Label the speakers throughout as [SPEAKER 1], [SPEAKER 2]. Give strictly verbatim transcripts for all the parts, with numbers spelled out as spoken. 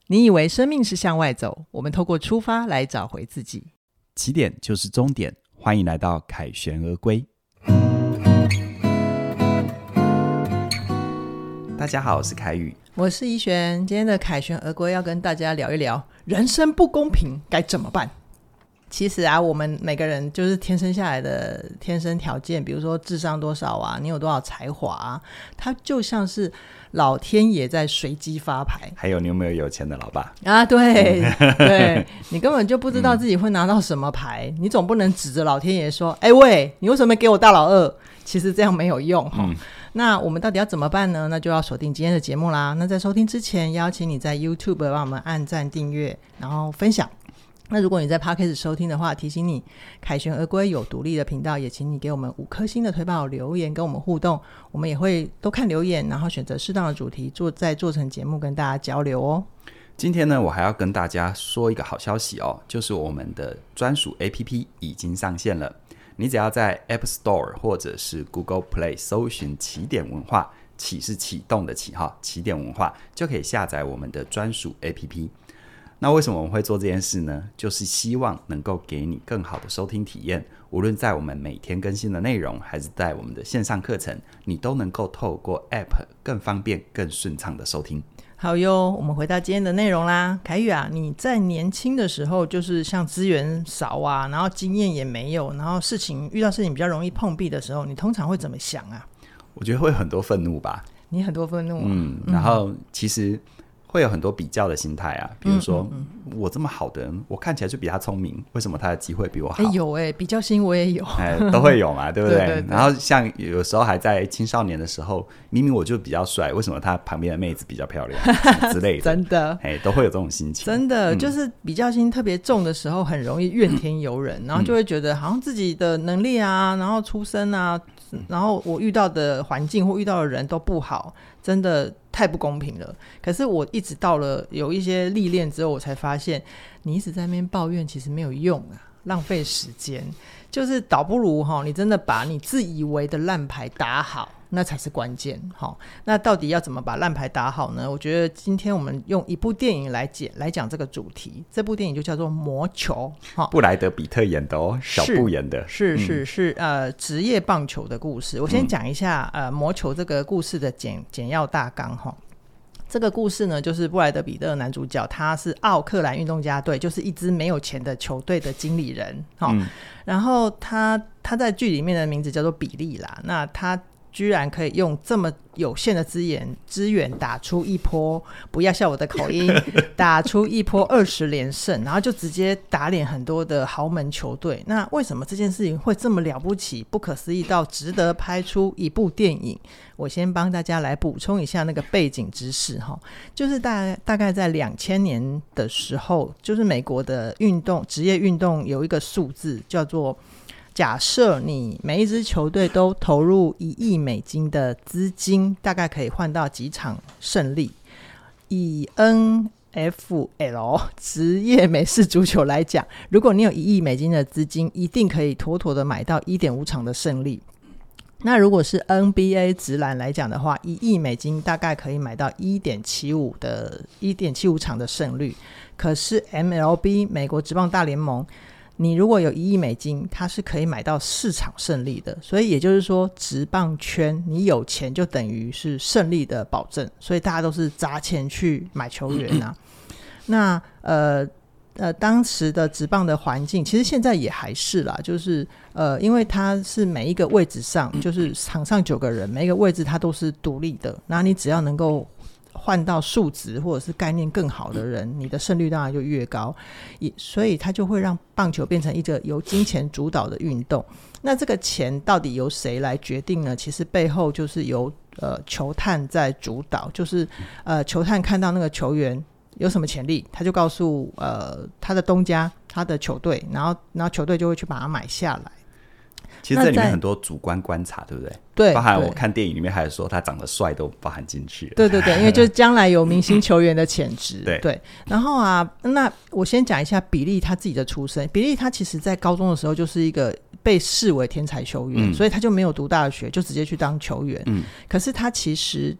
[SPEAKER 1] 你以为生命是向外走，我们透过出发来找回自己。
[SPEAKER 2] 起点就是终点，欢迎来到凯旋而归。大家好，我是凯宇，
[SPEAKER 1] 我是怡璇。今天的凯旋而归要跟大家聊一聊人生不公平该怎么办。其实啊，我们每个人就是天生下来的天生条件，比如说智商多少啊，你有多少才华啊，它就像是老天爷在随机发牌。
[SPEAKER 2] 还有你有没有有钱的老爸
[SPEAKER 1] 啊？对对，你根本就不知道自己会拿到什么牌、嗯、你总不能指着老天爷说哎喂，你为什么没给我大老二？其实这样没有用、嗯、那我们到底要怎么办呢？那就要锁定今天的节目啦。那在收听之前，邀请你在 YouTube 帮我们按赞订阅然后分享。那如果你在 Podcast 收听的话，提醒你凯旋而归有独立的频道，也请你给我们五颗星的推报留言跟我们互动，我们也会都看留言，然后选择适当的主题做再做成节目跟大家交流哦。
[SPEAKER 2] 今天呢，我还要跟大家说一个好消息哦，就是我们的专属 A P P 已经上线了。你只要在 App Store 或者是 Google Play 搜寻起点文化，起是启动的起哈，起点文化就可以下载我们的专属 A P P。那为什么我们会做这件事呢？就是希望能够给你更好的收听体验，无论在我们每天更新的内容，还是在我们的线上课程，你都能够透过 App 更方便更顺畅的收听。
[SPEAKER 1] 好哟，我们回到今天的内容啦。凯宇啊，你在年轻的时候就是像资源少啊，然后经验也没有，然后事情遇到事情比较容易碰壁的时候，你通常会怎么想啊？
[SPEAKER 2] 我觉得会很多愤怒吧。
[SPEAKER 1] 你很多愤怒、啊、
[SPEAKER 2] 嗯，然后其实会有很多比较的心态啊，比如说、嗯嗯嗯、我这么好的人，我看起来就比他聪明，为什么他的机会比我好？
[SPEAKER 1] 哎，有哎，比较心我也有，
[SPEAKER 2] 哎，都会有嘛，对不 对,
[SPEAKER 1] 对, 对, 对。
[SPEAKER 2] 然后像有时候还在青少年的时候，明明我就比较帅，为什么他旁边的妹子比较漂亮之类的？
[SPEAKER 1] 真的，
[SPEAKER 2] 哎，都会有这种心情。
[SPEAKER 1] 真的、
[SPEAKER 2] 嗯、
[SPEAKER 1] 就是比较心特别重的时候，很容易怨天尤人，然后就会觉得好像自己的能力啊，然后出身啊，然后我遇到的环境或遇到的人都不好，真的太不公平了。可是我一直到了有一些历练之后，我才发现你一直在那边抱怨其实没有用啊，浪费时间。就是倒不如你真的把你自以为的烂牌打好，那才是关键。那到底要怎么把烂牌打好呢？我觉得今天我们用一部电影来讲来讲这个主题。这部电影就叫做《魔球》，
[SPEAKER 2] 布莱德比特演的哦，小布演的，
[SPEAKER 1] 是是是、嗯、呃，职业棒球的故事。我先讲一下、嗯、呃，魔球这个故事的简简要大纲哈。这个故事呢，就是布莱德比特男主角，他是奥克兰运动家队，就是一支没有钱的球队的经理人、嗯、然后他他在剧里面的名字叫做比利啦。那他居然可以用这么有限的资源资源打出一波，不要笑我的口音打出一波二十连胜，然后就直接打脸很多的豪门球队。那为什么这件事情会这么了不起，不可思议到值得拍出一部电影？我先帮大家来补充一下那个背景知识，就是大大概在两千年的时候，就是美国的运动职业运动有一个数字叫做，假设你每一支球队都投入一亿美金的资金，大概可以换到几场胜利。以 N F L 职业美式足球来讲，如果你有一亿美金的资金，一定可以妥妥的买到 一点五 场的胜利。那如果是 N B A 职篮来讲的话，一亿美金大概可以买到 一点七五 的 一点七五 场的胜率。可是 M L B 美国职棒大联盟，你如果有一亿美金，它是可以买到四场胜利的。所以也就是说，职棒圈你有钱就等于是胜利的保证，所以大家都是砸钱去买球员啊。那呃呃，当时的职棒的环境，其实现在也还是啦，就是呃，因为它是每一个位置上，就是场上九个人，每一个位置它都是独立的，那你只要能够换到数值或者是概念更好的人，你的胜率当然就越高，也所以它就会让棒球变成一个由金钱主导的运动。那这个钱到底由谁来决定呢？其实背后就是由呃球探在主导，就是呃球探看到那个球员有什么潜力，他就告诉呃他的东家他的球队，然后然后球队就会去把它买下来。
[SPEAKER 2] 其实这里面很多主观观察，对不对？
[SPEAKER 1] 对，
[SPEAKER 2] 包含我看电影里面还说他长得帅都包含进去了。
[SPEAKER 1] 对对对，因为就是将来有明星球员的潜质。对对，然后啊，那我先讲一下比利他自己的出身。比利他其实在高中的时候就是一个被视为天才球员、嗯、所以他就没有读大学，就直接去当球员、嗯、可是他其实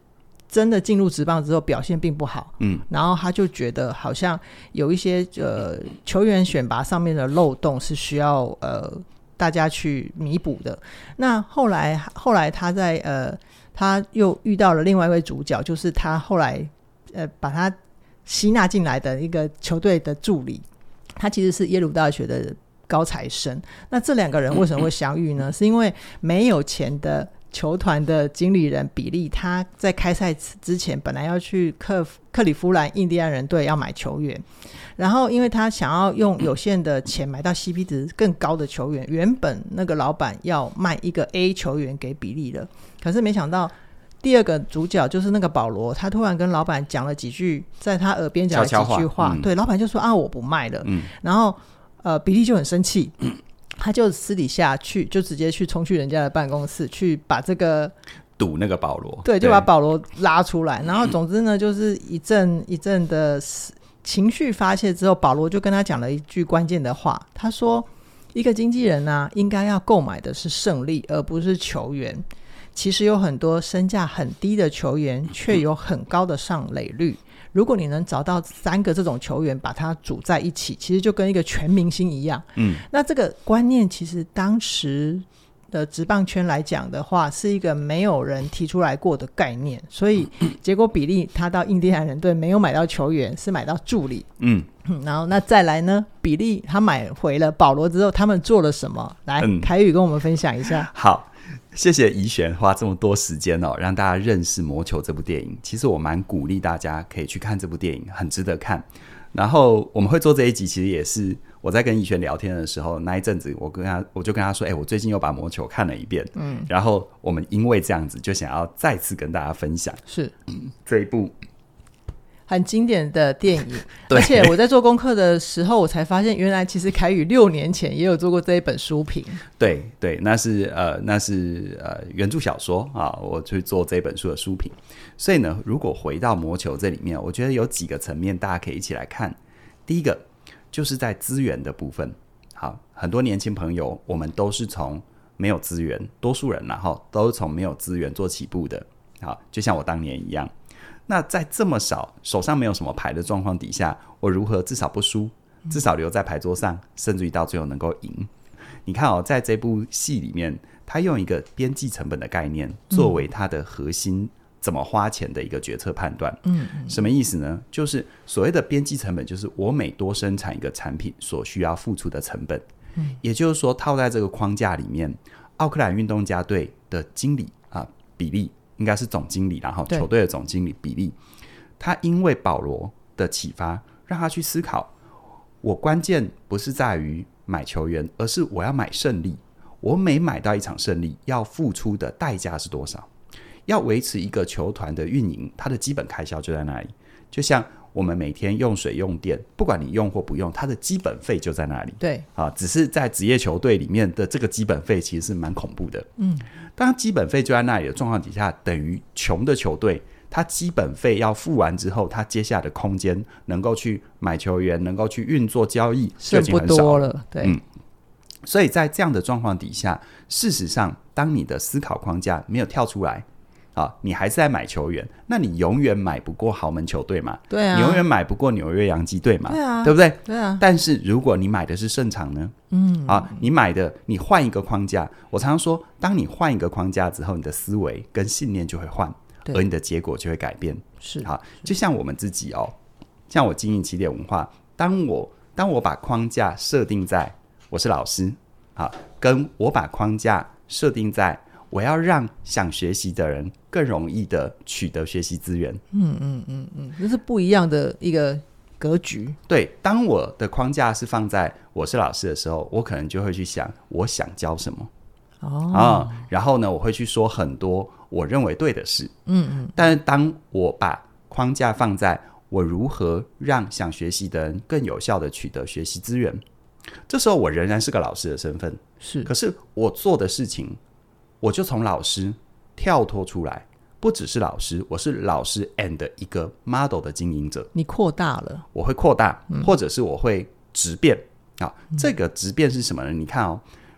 [SPEAKER 1] 真的进入职棒之后表现并不好，
[SPEAKER 2] 嗯，
[SPEAKER 1] 然后他就觉得好像有一些呃球员选拔上面的漏洞是需要呃大家去弥补的。那后来后来他在呃他又遇到了另外一位主角，就是他后来呃把他吸纳进来的一个球队的助理，他其实是耶鲁大学的高材生。那这两个人为什么会相遇呢？是因为没有钱的球团的经理人比利，他在开赛之前本来要去克克里夫兰印第安人队要买球员，然后因为他想要用有限的钱买到 C P 值更高的球员，原本那个老板要卖一个 A 球员给比利了，可是没想到第二个主角就是那个保罗，他突然跟老板讲了几句，在他耳边讲了几句话，
[SPEAKER 2] 悄悄话、嗯、
[SPEAKER 1] 对，老板就说啊我不卖了、
[SPEAKER 2] 嗯、
[SPEAKER 1] 然后呃比利就很生气、嗯他就私底下去就直接去冲去人家的办公室去把这个
[SPEAKER 2] 堵那个保罗，
[SPEAKER 1] 对，就把保罗拉出来，然后总之呢就是一阵一阵的情绪发泄之后，保罗就跟他讲了一句关键的话，他说一个经纪人啊应该要购买的是胜利而不是球员，其实有很多身价很低的球员却有很高的上垒率，如果你能找到三个这种球员把它组在一起，其实就跟一个全明星一样。嗯，那这个观念其实当时的职棒圈来讲的话是一个没有人提出来过的概念，所以结果比利他到印第安人队没有买到球员，是买到助理。嗯，然后那再来呢，比利他买回了保罗之后他们做了什么？来、嗯、凯宇跟我们分享一下。
[SPEAKER 2] 好，谢谢怡璇花这么多时间哦，让大家认识《魔球》这部电影。其实我蛮鼓励大家可以去看这部电影，很值得看。然后我们会做这一集，其实也是我在跟怡璇聊天的时候，那一阵子我跟他我就跟他说，哎、欸，我最近又把《魔球》看了一遍，嗯，然后我们因为这样子就想要再次跟大家分享，
[SPEAKER 1] 是、
[SPEAKER 2] 嗯、这一部
[SPEAKER 1] 很经典的电影。而且我在做功课的时候我才发现，原来其实凯宇六年前也有做过这一本书评。
[SPEAKER 2] 对对，那是呃那是呃原著小说啊，我去做这本书的书评。所以呢，如果回到魔球这里面，我觉得有几个层面大家可以一起来看。第一个就是在资源的部分。好，很多年轻朋友我们都是从没有资源，多数人然后都是从没有资源做起步的。好，就像我当年一样。那在这么少手上没有什么牌的状况底下，我如何至少不输，至少留在牌桌上，甚至于到最后能够赢。你看哦，在这部戏里面，他用一个边际成本的概念作为他的核心怎么花钱的一个决策判断。嗯，什么意思呢？就是所谓的边际成本，就是我每多生产一个产品所需要付出的成本。嗯，也就是说套在这个框架里面，奥克兰运动家队的经理啊，比利应该是总经理，然后球队的总经理比利，他因为保罗的启发，让他去思考，我关键不是在于买球员，而是我要买胜利。我每买到一场胜利，要付出的代价是多少？要维持一个球团的运营，它的基本开销就在那里。就像我们每天用水用电，不管你用或不用，它的基本费就在那里。
[SPEAKER 1] 对
[SPEAKER 2] 啊，只是在职业球队里面的这个基本费其实是蛮恐怖的。嗯，当基本费就在那里的状况底下，等于穷的球队，它基本费要付完之后，它接下来的空间能够去买球员，能够去运作交易，就已经很少了，
[SPEAKER 1] 剩不多了。对。嗯，
[SPEAKER 2] 所以在这样的状况底下，事实上当你的思考框架没有跳出来啊，你还是在买球员，那你永远买不过豪门球队嘛？
[SPEAKER 1] 对啊，
[SPEAKER 2] 你永远买不过纽约洋基队嘛？
[SPEAKER 1] 对啊，
[SPEAKER 2] 对不对？
[SPEAKER 1] 对啊。
[SPEAKER 2] 但是如果你买的是胜场呢？嗯，啊，你买的你换一个框架，我常常说，当你换一个框架之后，你的思维跟信念就会换，而你的结果就会改变。
[SPEAKER 1] 是，
[SPEAKER 2] 好，就像我们自己哦，像我经营起点文化，当我当我把框架设定在我是老师，好，跟我把框架设定在我要让想学习的人更容易的取得学习资源。
[SPEAKER 1] 嗯嗯嗯嗯，这是不一样的一个格局。
[SPEAKER 2] 对，当我的框架是放在我是老师的时候，我可能就会去想我想教什么。哦、啊，然后呢，我会去说很多我认为对的事。嗯嗯。但是当我把框架放在我如何让想学习的人更有效的取得学习资源，这时候我仍然是个老师的身份。
[SPEAKER 1] 是，
[SPEAKER 2] 可是我做的事情，我就从老师跳脱出来，不只是老师，我是老师 and 一个 model 的经营者。
[SPEAKER 1] 你扩大了，
[SPEAKER 2] 我会扩大，嗯、或者是我会质变啊。这个质变是什么呢？你看哦，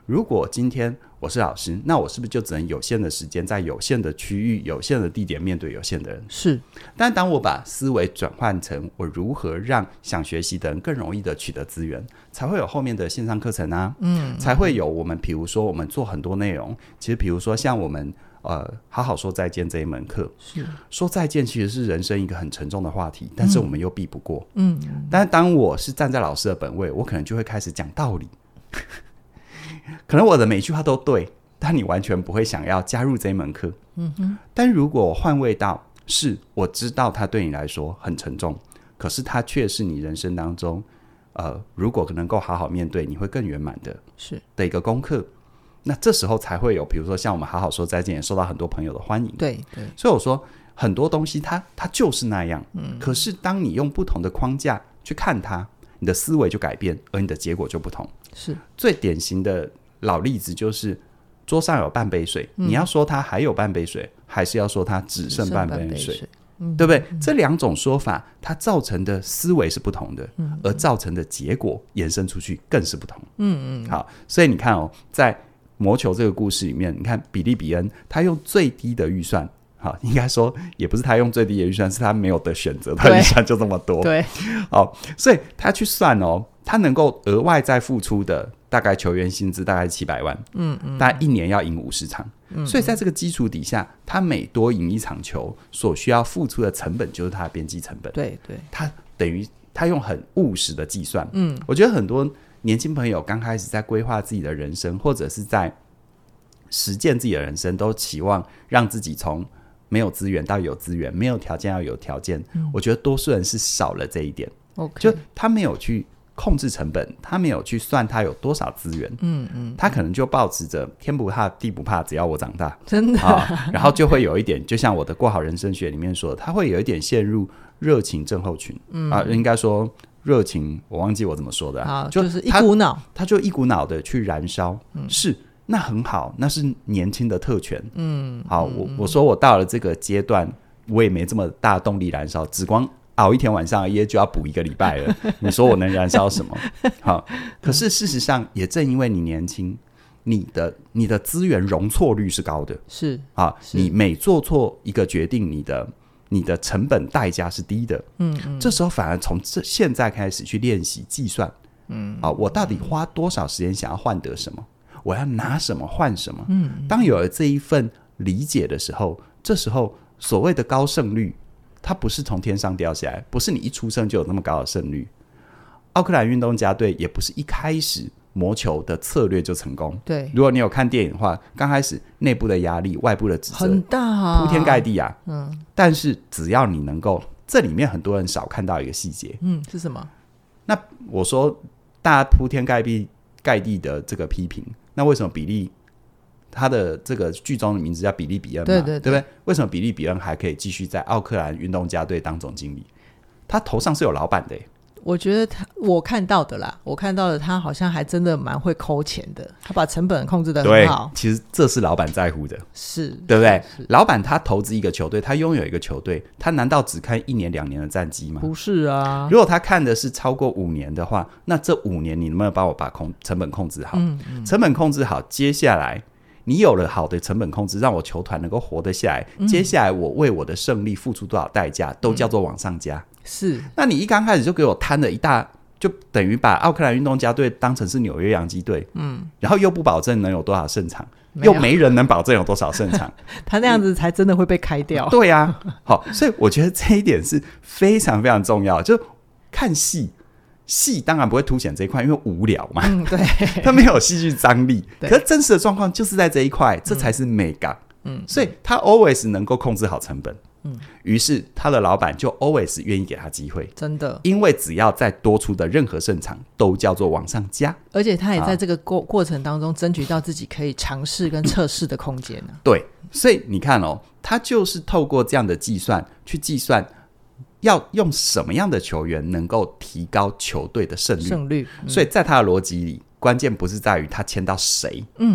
[SPEAKER 2] 如果今天我是老师，那我是不是就只能有限的时间，在有限的区域、有限的地点面对有限的人？
[SPEAKER 1] 是。
[SPEAKER 2] 但当我把思维转换成我如何让想学习的人更容易的取得资源，才会有后面的线上课程啊，嗯，才会有我们比如说我们做很多内容，其实比如说像我们呃好好说再见这一门课，是说再见其实是人生一个很沉重的话题，但是我们又避不过，嗯，但是当我是站在老师的本位，我可能就会开始讲道理。可能我的每一句话都对，但你完全不会想要加入这一门课。嗯哼。但如果我换位到是我知道它对你来说很沉重，可是它却是你人生当中，呃，如果能够好好面对，你会更圆满的是的一个功课。那这时候才会有，比如说像我们好好说再见，也受到很多朋友的欢迎。
[SPEAKER 1] 对对。
[SPEAKER 2] 所以我说很多东西它它就是那样。嗯。可是当你用不同的框架去看它，你的思维就改变，而你的结果就不同。是最典型的老例子就是桌上有半杯水，嗯，你要说它还有半杯水，还是要说它只剩半杯水，杯水嗯，对不对？嗯，这两种说法它造成的思维是不同的，嗯，而造成的结果延伸出去更是不同。嗯嗯。好，所以你看哦，在魔球这个故事里面，你看比利比恩他用最低的预算，好，应该说也不是他用最低的预算，是他没有的选择，他预算就这么多。对，好，所以他去算哦，他能够额外再付出的大概球员薪资大概七百万，嗯嗯，大概一年要赢五十场，嗯，所以在这个基础底下，他每多赢一场球所需要付出的成本就是他的边际成本。对对，他等于他用很务实的计算。嗯，我觉得很多年轻朋友刚开始在规划自己的人生，或者是在实践自己的人生，都期望让自己从没有资源到有资源，没有条件要有条件。嗯，我觉得多数人是少了这一点。Okay. 就他没有去控制成本，他没有去算他有多少资源。嗯嗯，他可能就抱持着天不怕地不怕，只要我长大，真的、啊、然后就会有一点，就像我的过好人生学里面说的，他会有一点陷入热情症候群。嗯啊，应该说热情，我忘记我怎么说的、啊，
[SPEAKER 1] 就就是一股脑，
[SPEAKER 2] 他就一股脑的去燃烧。嗯，是。那很好，那是年轻的特权。嗯，好，我我说我到了这个阶段，我也没这么大动力燃烧，只光熬一天晚上夜就要补一个礼拜了。你说我能燃烧什么？好，可是事实上也正因为你年轻，你的你的资源容错率是高的，是啊，你每做错一个决定，你的你的成本代价是低的。嗯嗯，这时候反而从这现在开始去练习计算。嗯，啊，我到底花多少时间想要换得什么？我要拿什么换什么？嗯，当有了这一份理解的时候，这时候所谓的高胜率，它不是从天上掉下来，不是你一出生就有那么高的胜率。奥克兰运动家队也不是一开始魔球的策略就成功。对，如果你有看电影的话，刚开始内部的压力、外部的指责
[SPEAKER 1] 很大啊，
[SPEAKER 2] 铺天盖地啊。嗯，但是只要你能够，这里面很多人少看到一个细节。
[SPEAKER 1] 嗯，是什么？
[SPEAKER 2] 那我说大家铺天盖地盖地的这个批评。那为什么比利他的这个剧中的名字叫比利比恩嘛？对对 对, 对不对？为什么比利比恩还可以继续在奥克兰运动家队当总经理？他头上是有老板的耶。
[SPEAKER 1] 我觉得他我看到的啦，我看到的他好像还真的蛮会抠钱的，他把成本控制得很好。
[SPEAKER 2] 对，其实这是老板在乎的，
[SPEAKER 1] 是
[SPEAKER 2] 对不对？老板他投资一个球队，他拥有一个球队，他难道只看一年两年的战绩吗？
[SPEAKER 1] 不是啊，
[SPEAKER 2] 如果他看的是超过五年的话，那这五年你能不能帮我把控成本控制好？嗯嗯，成本控制好，接下来你有了好的成本控制，让我球团能够活得下来、嗯、接下来我为我的胜利付出多少代价都叫做往上加、嗯、是。那你一刚开始就给我摊了一大，就等于把奥克兰运动家队当成是纽约洋基队，嗯，然后又不保证能有多少胜场，没又没人能保证有多少胜场
[SPEAKER 1] 他那样子才真的会被开掉。
[SPEAKER 2] 对啊，好，所以我觉得这一点是非常非常重要。就看戏戏当然不会凸显这一块，因为无聊嘛，嗯，对，它没有戏剧张力。可是真实的状况就是在这一块，这才是美感。嗯，所以他 always 能够控制好成本。嗯，于是他的老板就 always 愿意给他机会，
[SPEAKER 1] 真的，
[SPEAKER 2] 因为只要再多出的任何胜场都叫做往上加，
[SPEAKER 1] 而且他也在这个过、啊、过程当中争取到自己可以尝试跟测试的空间、啊、
[SPEAKER 2] 对，所以你看哦，他就是透过这样的计算去计算要用什么样的球员能够提高球队的胜率，胜率、嗯、所以在他的逻辑里，关键不是在于他签到谁，嗯，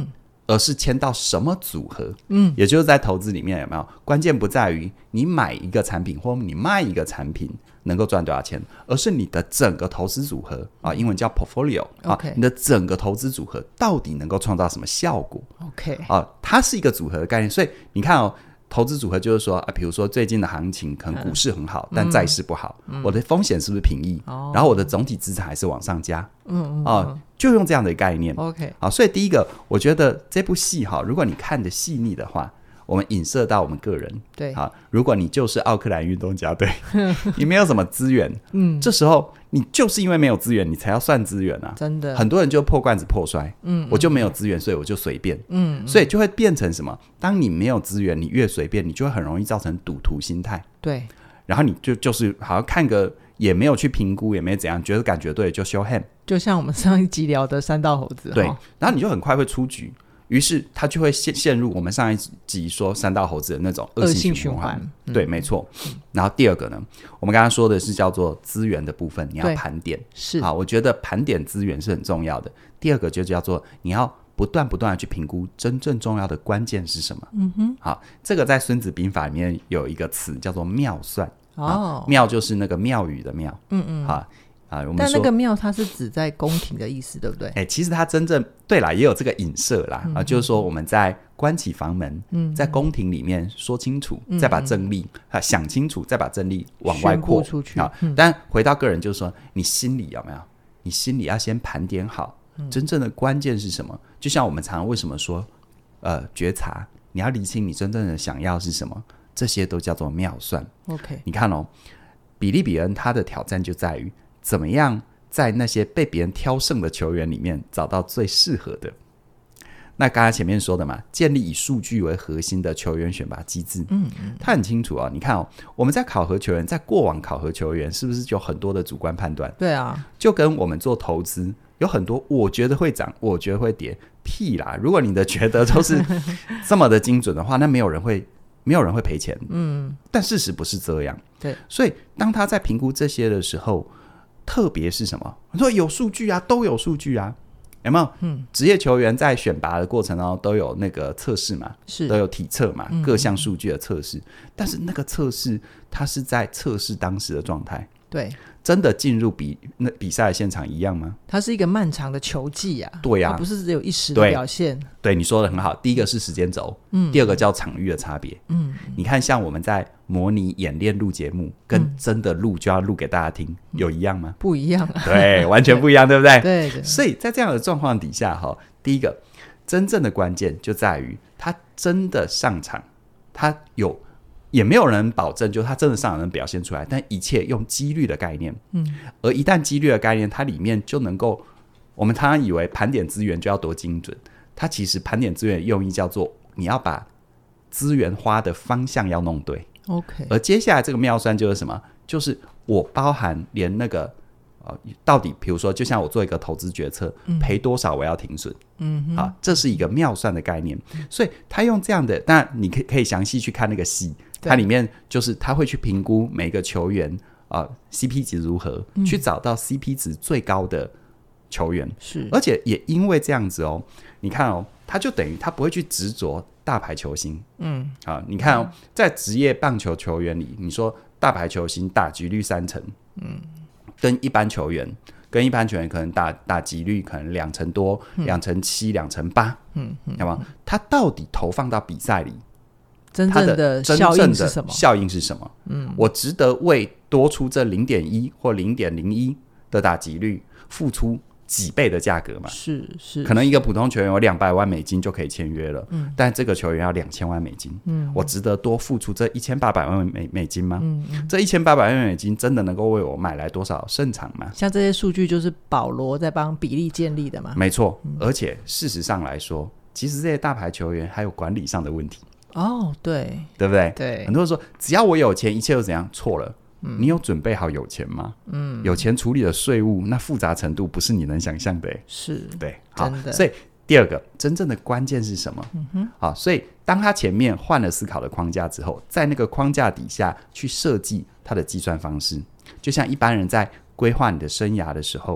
[SPEAKER 2] 而是签到什么组合。嗯，也就是在投资里面有没有关键不在于你买一个产品或你卖一个产品能够赚多少钱，而是你的整个投资组合啊，英文叫 portfolio、
[SPEAKER 1] okay.
[SPEAKER 2] 啊，你的整个投资组合到底能够创造什么效果
[SPEAKER 1] ？OK
[SPEAKER 2] 啊，它是一个组合的概念。所以你看哦，投资组合就是说啊，比如说最近的行情可能股市很好，嗯、但债市不好、嗯，我的风险是不是平抑、嗯？然后我的总体资产还是往上加？嗯嗯啊，就用这样的概念。
[SPEAKER 1] OK
[SPEAKER 2] 好，所以第一个，我觉得这部戏哈，如果你看得细腻的话。我们影射到我们个人，
[SPEAKER 1] 对，
[SPEAKER 2] 好，如果你就是奥克兰运动家队，你没有什么资源，嗯，这时候你就是因为没有资源，你才要算资源啊，
[SPEAKER 1] 真的，
[SPEAKER 2] 很多人就破罐子破摔，嗯，我就没有资源，所以我就随便，嗯，所以就会变成什么？当你没有资源，你越随便，你就会很容易造成赌徒心态，
[SPEAKER 1] 对，
[SPEAKER 2] 然后你就就是好像看个也没有去评估，也没怎样，觉得感觉对就 show hand，
[SPEAKER 1] 就像我们上一集聊的三道猴子，
[SPEAKER 2] 对，然后你就很快会出局。于是他就会陷入我们上一集说三道猴子的那种恶性循环，
[SPEAKER 1] 循环嗯、
[SPEAKER 2] 对，没错、嗯。然后第二个呢，我们刚刚说的是叫做资源的部分，你要盘点，
[SPEAKER 1] 是
[SPEAKER 2] 好，我觉得盘点资源是很重要的。第二个就叫做你要不断不断的去评估真正重要的关键是什么。嗯哼，好，这个在孙子兵法里面有一个词叫做妙算，哦，妙就是那个庙宇的庙，嗯嗯，好。啊、我们
[SPEAKER 1] 但那个庙它是指在宫廷的意思对不对？
[SPEAKER 2] 欸、其实它真正对啦也有这个影射啦、嗯啊、就是说我们在关起房门、嗯、在宫廷里面说清楚、嗯、再把政力、啊、想清楚再把政力往外扩
[SPEAKER 1] 出去、啊
[SPEAKER 2] 嗯、但回到个人就是说你心里有没有你心里要先盘点好、嗯、真正的关键是什么，就像我们常常为什么说呃觉察你要厘清你真正的想要是什么，这些都叫做妙算。
[SPEAKER 1] OK，
[SPEAKER 2] 你看哦，比利比恩他的挑战就在于怎么样在那些被别人挑剩的球员里面找到最适合的。那刚才前面说的嘛，建立以数据为核心的球员选拔机制，嗯嗯，他很清楚啊、哦。你看哦，我们在考核球员，在过往考核球员，是不是就有很多的主观判断？
[SPEAKER 1] 对啊，
[SPEAKER 2] 就跟我们做投资有很多，我觉得会涨，我觉得会跌，屁啦！如果你的觉得都是这么的精准的话，那没有人会。没有人会赔钱，嗯，但事实不是这样，
[SPEAKER 1] 对，
[SPEAKER 2] 所以当他在评估这些的时候，特别是什么？你说有数据啊，都有数据啊，有没有？嗯，职业球员在选拔的过程当中都有那个测试嘛，
[SPEAKER 1] 是
[SPEAKER 2] 都有体测嘛，各项数据的测试、嗯，但是那个测试它是在测试当时的状态，
[SPEAKER 1] 对。
[SPEAKER 2] 真的进入比那比赛的现场一样吗？
[SPEAKER 1] 它是一个漫长的球技啊，
[SPEAKER 2] 对啊，
[SPEAKER 1] 它不是只有一时的表现。
[SPEAKER 2] 对，对你说的很好。第一个是时间轴，嗯，第二个叫场域的差别，嗯，你看像我们在模拟演练录节目，跟真的录就要录给大家听，嗯、有一样吗？
[SPEAKER 1] 不一样、啊，
[SPEAKER 2] 对，完全不一样，对不对？
[SPEAKER 1] 对对。
[SPEAKER 2] 所以在这样的状况底下，哈，第一个真正的关键就在于他真的上场，他有。也没有人保证就他真的上场能表现出来，但一切用几率的概念，嗯，而一旦几率的概念它里面就能够，我们常常以为盘点资源就要多精准，它其实盘点资源的用意叫做你要把资源花的方向要弄对
[SPEAKER 1] OK，
[SPEAKER 2] 而接下来这个妙算就是什么，就是我包含连那个呃，到底比如说就像我做一个投资决策、嗯、赔多少我要停损，嗯，好，这是一个妙算的概念，所以他用这样的，当然你可以可以详细去看那个戏，它里面就是他会去评估每个球员、呃、C P 值如何、嗯、去找到 C P 值最高的球员，
[SPEAKER 1] 是，
[SPEAKER 2] 而且也因为这样子哦，你看哦，他就等于他不会去执着大牌球星，嗯，好，你看哦，在职业棒球球员里，你说大牌球星打击率三成，嗯，跟一般球员跟一般球员可能打打击率可能两成多，两成七，两成八，嗯，好吗？他到底投放到比赛里？
[SPEAKER 1] 真正的效应是什么？
[SPEAKER 2] 效应是什么？嗯，我值得为多出这 零点一 或 零点零一 的打击率付出几倍的价格嘛？
[SPEAKER 1] 是是，
[SPEAKER 2] 可能一个普通球员有两百万美金就可以签约了，嗯，但这个球员要两千万美金，嗯，我值得多付出这一千八百万美美金吗？嗯嗯，这一千八百万美金真的能够为我买来多少胜场吗？
[SPEAKER 1] 像这些数据就是保罗在帮比利建立的嘛？
[SPEAKER 2] 没错，嗯，而且事实上来说，其实这些大牌球员还有管理上的问题。
[SPEAKER 1] 哦，对，
[SPEAKER 2] 对不对？
[SPEAKER 1] 对，
[SPEAKER 2] 很多人说只要我有钱，一切都怎样？错了。嗯，你有准备好有钱吗？嗯，有钱处理的税务那复杂程度不是你能想象的。
[SPEAKER 1] 是，
[SPEAKER 2] 对，好，
[SPEAKER 1] 真的。
[SPEAKER 2] 所以第二个真正的关键是什么？嗯哼，好，所以当他前面换了思考的框架之后，在那个框架底下去设计他的计算方式，就像一般人在规划你的生涯的时候，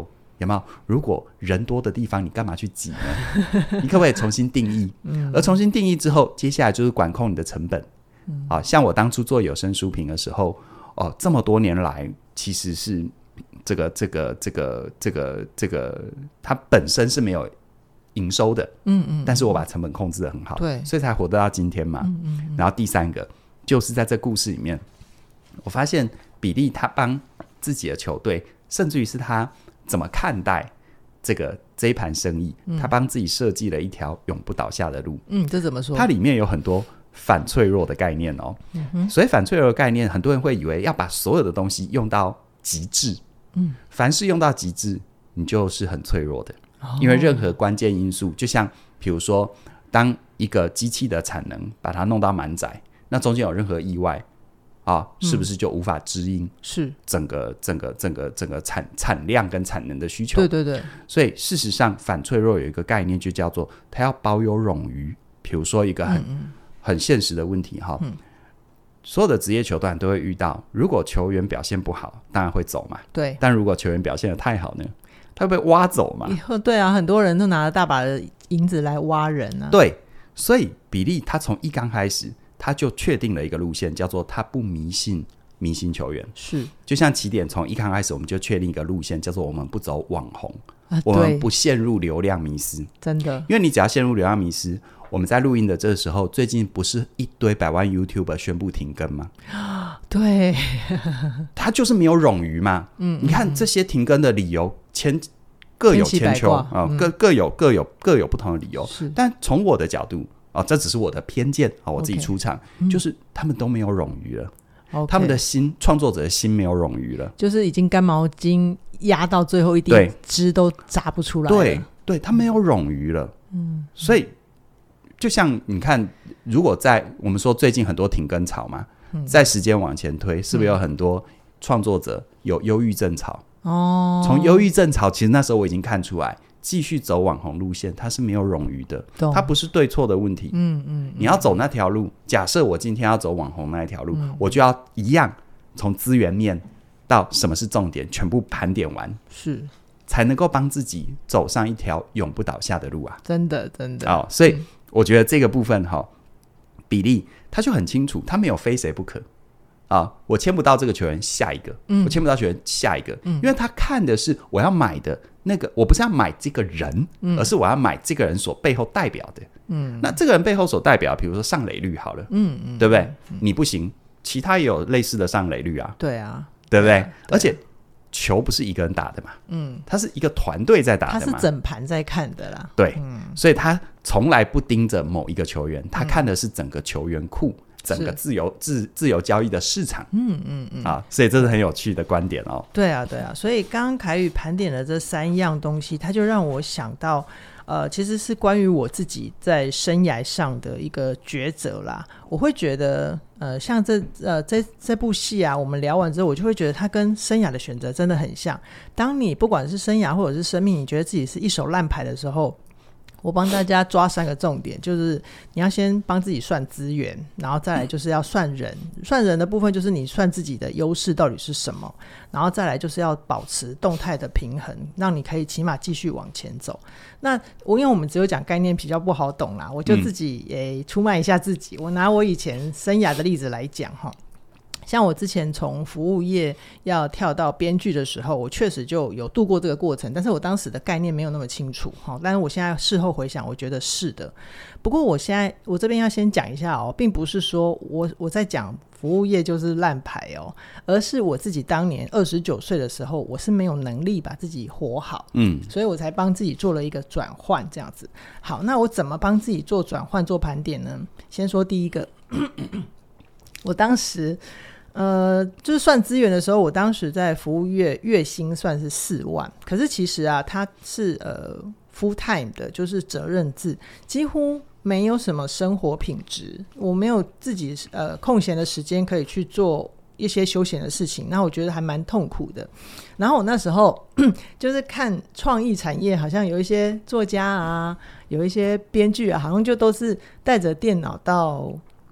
[SPEAKER 2] 有没有？如果人多的地方，你干嘛去挤呢？你可不可以重新定义？嗯、而重新定义之后，接下来就是管控你的成本。嗯啊、像我当初做有声书评的时候，哦，这么多年来，其实是这个这个这个这个这个，它本身是没有营收的，嗯嗯，但是我把成本控制得很好，
[SPEAKER 1] 对，
[SPEAKER 2] 所以才活得到今天嘛。嗯嗯嗯。然后第三个就是在这故事里面，我发现比利他帮自己的球队，甚至于是他怎么看待这个这一盘生意，嗯、他帮自己设计了一条永不倒下的路。
[SPEAKER 1] 嗯，这怎么说？
[SPEAKER 2] 它里面有很多反脆弱的概念哦。嗯哼，所以反脆弱的概念，很多人会以为要把所有的东西用到极致。嗯，凡是用到极致，你就是很脆弱的。哦、因为任何关键因素，就像比如说，当一个机器的产能把它弄到满载，那中间有任何意外啊，是不是就无法支应是整个整个整个整个产产量跟产能的需求？
[SPEAKER 1] 对对对。所
[SPEAKER 2] 以事实上，反脆弱有一个概念，就叫做它要保有冗余。比如说一个很嗯嗯很现实的问题哈，嗯、所有的职业球团都会遇到，如果球员表现不好，当然会走嘛。
[SPEAKER 1] 对。
[SPEAKER 2] 但如果球员表现得太好呢，他会被挖走嘛？
[SPEAKER 1] 对啊，很多人都拿了大把的银子来挖人啊。
[SPEAKER 2] 对，所以比利他从一刚开始。他就确定了一个路线，叫做他不迷信明星球员。
[SPEAKER 1] 是，
[SPEAKER 2] 就像起点从一刚开始我们就确定一个路线，叫做我们不走网红、啊、我们不陷入流量迷思。
[SPEAKER 1] 真的，
[SPEAKER 2] 因为你只要陷入流量迷思，我们在录音的这个时候，最近不是一堆百万 YouTuber 宣布停更吗？
[SPEAKER 1] 对，
[SPEAKER 2] 他就是没有冗余嘛。嗯，你看这些停更的理由，千各有千秋啊、嗯，各各有各有各有不同的理由。是，但从我的角度。哦，这只是我的偏见啊、哦！我自己出场， okay, 就是他们都没有冗余了， okay, 他们的心，创作者的心没有冗余了，
[SPEAKER 1] 就是已经干毛巾压到最后一滴汁都榨不出来了。
[SPEAKER 2] 对对，他没有冗余了。嗯，所以就像你看，如果在我们说最近很多停更潮嘛，嗯、在时间往前推，是不是有很多创作者有忧郁症潮？哦，从忧郁症潮，其实那时候我已经看出来。继续走网红路线，它是没有冗余的，它不是对错的问题。嗯 嗯, 嗯，你要走那条路，假设我今天要走网红那一条路，嗯、我就要一样从资源面到什么是重点，全部盘点完，是才能够帮自己走上一条永不倒下的路啊！
[SPEAKER 1] 真的，真的。
[SPEAKER 2] 哦，所以我觉得这个部分哈、哦，比利他就很清楚，他没有非谁不可啊！我签不到这个球员，下一个，嗯、我签不到球员，下一个，嗯、因为他看的是我要买的。那个我不是要买这个人、嗯、而是我要买这个人所背后代表的、嗯、那这个人背后所代表比如说上垒率好了、嗯嗯、对不对、嗯、你不行其他也有类似的上垒率啊，
[SPEAKER 1] 对啊，
[SPEAKER 2] 对不 对, 对, 对而且球不是一个人打的嘛，嗯，他是一个团队在打的嘛，
[SPEAKER 1] 他是整盘在看的啦，
[SPEAKER 2] 对、嗯、所以他从来不盯着某一个球员，他看的是整个球员库、嗯整个自由 自, 自由交易的市场，嗯嗯嗯啊，所以这是很有趣的观点哦。
[SPEAKER 1] 对啊，对啊，所以刚刚凯宇盘点的这三样东西，它就让我想到，呃，其实是关于我自己在生涯上的一个抉择啦。我会觉得，呃，像这呃这这部戏啊，我们聊完之后，我就会觉得它跟生涯的选择真的很像。当你不管是生涯或者是生命，你觉得自己是一手烂牌的时候。我帮大家抓三个重点，就是你要先帮自己算资源，然后再来就是要算人，算人的部分就是你算自己的优势到底是什么，然后再来就是要保持动态的平衡，让你可以起码继续往前走。那我因为我们只有讲概念比较不好懂啦，我就自己也出卖一下自己，我拿我以前生涯的例子来讲齁。像我之前从服务业要跳到编剧的时候，我确实就有度过这个过程，但是我当时的概念没有那么清楚，但是我现在事后回想我觉得是的。不过我现在我这边要先讲一下哦，并不是说我我在讲服务业就是烂牌哦，而是我自己当年二十九岁的时候，我是没有能力把自己活好，嗯，所以我才帮自己做了一个转换这样子。好，那我怎么帮自己做转换做盘点呢？先说第一个我当时呃，就是算资源的时候，我当时在服务业月薪算是四万，可是其实啊，它是呃 full time 的，就是责任制，几乎没有什么生活品质，我没有自己呃空闲的时间可以去做一些休闲的事情，那我觉得还蛮痛苦的。然后我那时候就是看创意产业，好像有一些作家啊，有一些编剧啊，好像就都是带着电脑到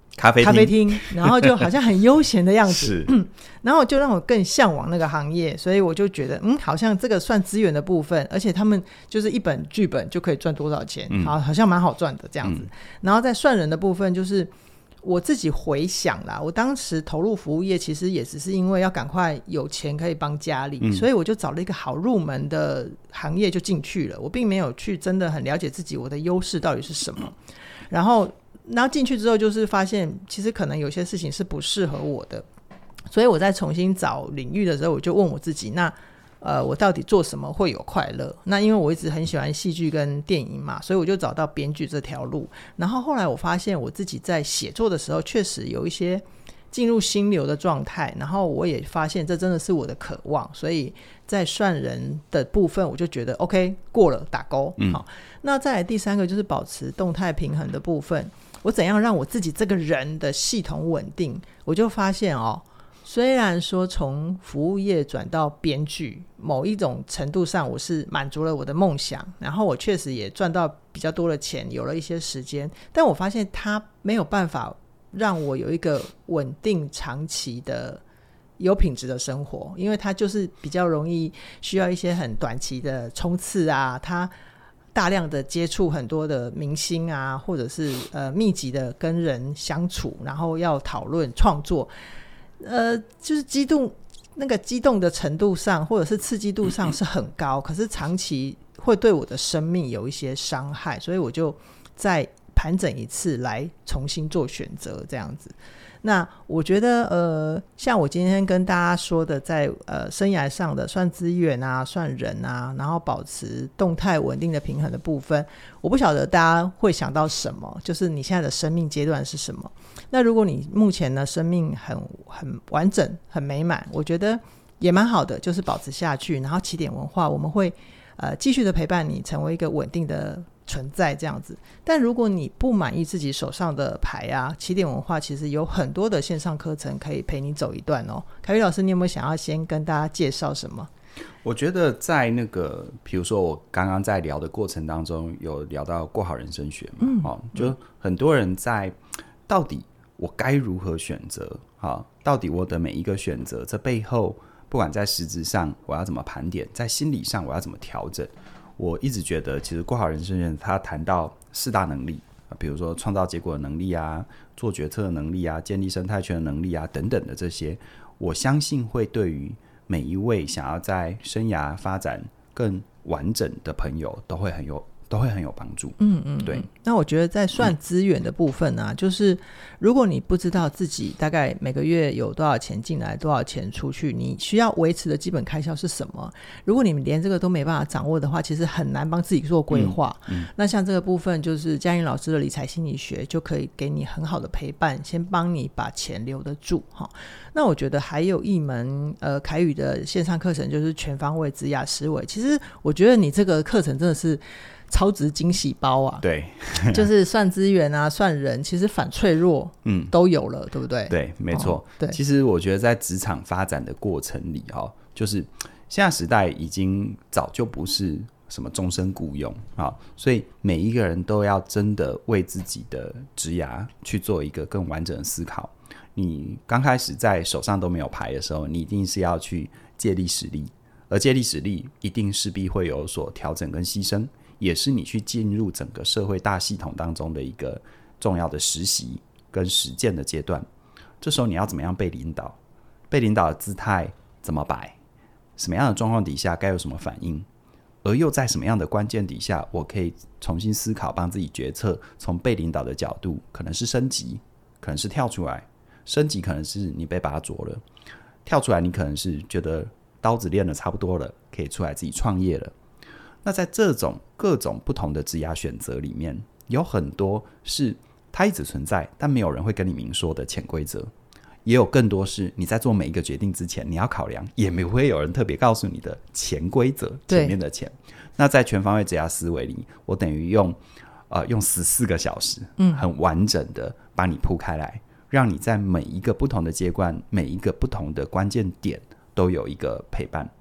[SPEAKER 2] 咖啡厅
[SPEAKER 1] 咖啡厅，然后就好像很悠闲的样子
[SPEAKER 2] 是
[SPEAKER 1] 然后就让我更向往那个行业，所以我就觉得嗯，好像这个算资源的部分，而且他们就是一本剧本就可以赚多少钱、嗯、好, 好像蛮好赚的这样子、嗯、然后在算人的部分，就是我自己回想啦，我当时投入服务业其实也只是因为要赶快有钱可以帮家里、嗯、所以我就找了一个好入门的行业就进去了，我并没有去真的很了解自己我的优势到底是什么，然后然后进去之后就是发现其实可能有些事情是不适合我的，所以我在重新找领域的时候，我就问我自己，那呃，我到底做什么会有快乐？那因为我一直很喜欢戏剧跟电影嘛，所以我就找到编剧这条路。然后后来我发现我自己在写作的时候确实有一些进入心流的状态，然后我也发现这真的是我的渴望，所以在算人的部分我就觉得 OK 过了，打勾、嗯、好。那再来第三个就是保持动态平衡的部分，我怎样让我自己这个人的系统稳定，我就发现哦，虽然说从服务业转到编剧某一种程度上我是满足了我的梦想，然后我确实也赚到比较多的钱，有了一些时间，但我发现它没有办法让我有一个稳定长期的有品质的生活，因为它就是比较容易需要一些很短期的冲刺啊，它大量的接触很多的明星啊，或者是呃密集的跟人相处，然后要讨论创作，呃就是激动那个激动的程度上或者是刺激度上是很高，可是长期会对我的生命有一些伤害，所以我就再盘整一次来重新做选择这样子。那我觉得呃，像我今天跟大家说的在呃生涯上的算资源啊算人啊，然后保持动态稳定的平衡的部分，我不晓得大家会想到什么，就是你现在的生命阶段是什么。那如果你目前呢生命很很完整很美满，我觉得也蛮好的，就是保持下去，然后起点文化我们会呃继续的陪伴你成为一个稳定的存在这样子。但如果你不满意自己手上的牌啊，起点文化其实有很多的线上课程可以陪你走一段哦。凯宇老师，你有没有想要先跟大家介绍什么？
[SPEAKER 2] 我觉得在那个比如说我刚刚在聊的过程当中有聊到过好人生学嘛、嗯哦、就很多人在到底我该如何选择、哦、到底我的每一个选择这背后不管在实质上我要怎么盘点，在心理上我要怎么调整。我一直觉得其实过好人生学他谈到四大能力，比如说创造结果的能力啊，做决策的能力啊，建立生态圈的能力啊等等的这些，我相信会对于每一位想要在生涯发展更完整的朋友都会很有都会很有帮助。
[SPEAKER 1] 嗯嗯，对。那我觉得在算资源的部分啊、嗯、就是如果你不知道自己大概每个月有多少钱进来多少钱出去，你需要维持的基本开销是什么，如果你们连这个都没办法掌握的话，其实很难帮自己做规划、嗯嗯、那像这个部分就是嘉玲老师的理财心理学就可以给你很好的陪伴，先帮你把钱留得住。那我觉得还有一门呃凯宇的线上课程就是全方位职涯思维，其实我觉得你这个课程真的是超值惊喜包啊！对，就是算资源啊，算人，其实反脆弱，嗯，都有了，对不对？
[SPEAKER 2] 对，没错、哦。对，其实我觉得在职场发展的过程里，哈，就是现在时代已经早就不是什么终身雇佣啊，所以每一个人都要真的为自己的职涯去做一个更完整的思考。你刚开始在手上都没有牌的时候，你一定是要去借力使力，而借力使力一定势必会有所调整跟牺牲。也是你去进入整个社会大系统当中的一个重要的实习跟实践的阶段。这时候你要怎么样被领导，被领导的姿态怎么摆，什么样的状况底下该有什么反应，而又在什么样的关键底下我可以重新思考帮自己决策，从被领导的角度可能是升级，可能是跳出来。升级可能是你被拔擢了，跳出来你可能是觉得刀子练得差不多了，可以出来自己创业了。那在这种各种不同的职涯选择里面，有很多是它一直存在但没有人会跟你明说的潜规则，也有更多是你在做每一个决定之前你要考量，也没会有人特别告诉你的潜规则，前面的潜。那在全方位职涯思维里，我等于用呃用十四个小时很完整的把你铺开来、嗯、让你在每一个不同的阶段，每一个不同的关键点都有一个陪伴。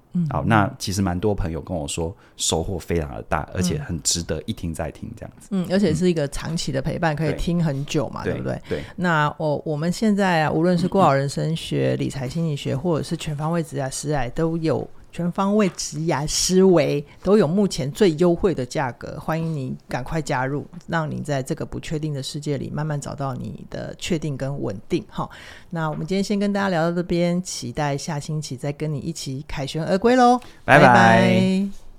[SPEAKER 2] 嗯，好，那其实蛮多朋友跟我说收获非常的大，而且很值得一听再听这样子。
[SPEAKER 1] 嗯，而且是一个长期的陪伴，可以听很久嘛， 对, 对不对？
[SPEAKER 2] 对。
[SPEAKER 1] 那我我们现在啊，无论是过好人生学、理财心理学，或者是全方位职涯思维，都有全方位职涯思维都有目前最优惠的价格，欢迎你赶快加入，让你在这个不确定的世界里慢慢找到你的确定跟稳定。好，那我们今天先跟大家聊到这边，期待下星期再跟你一起凯旋而归咯，拜拜。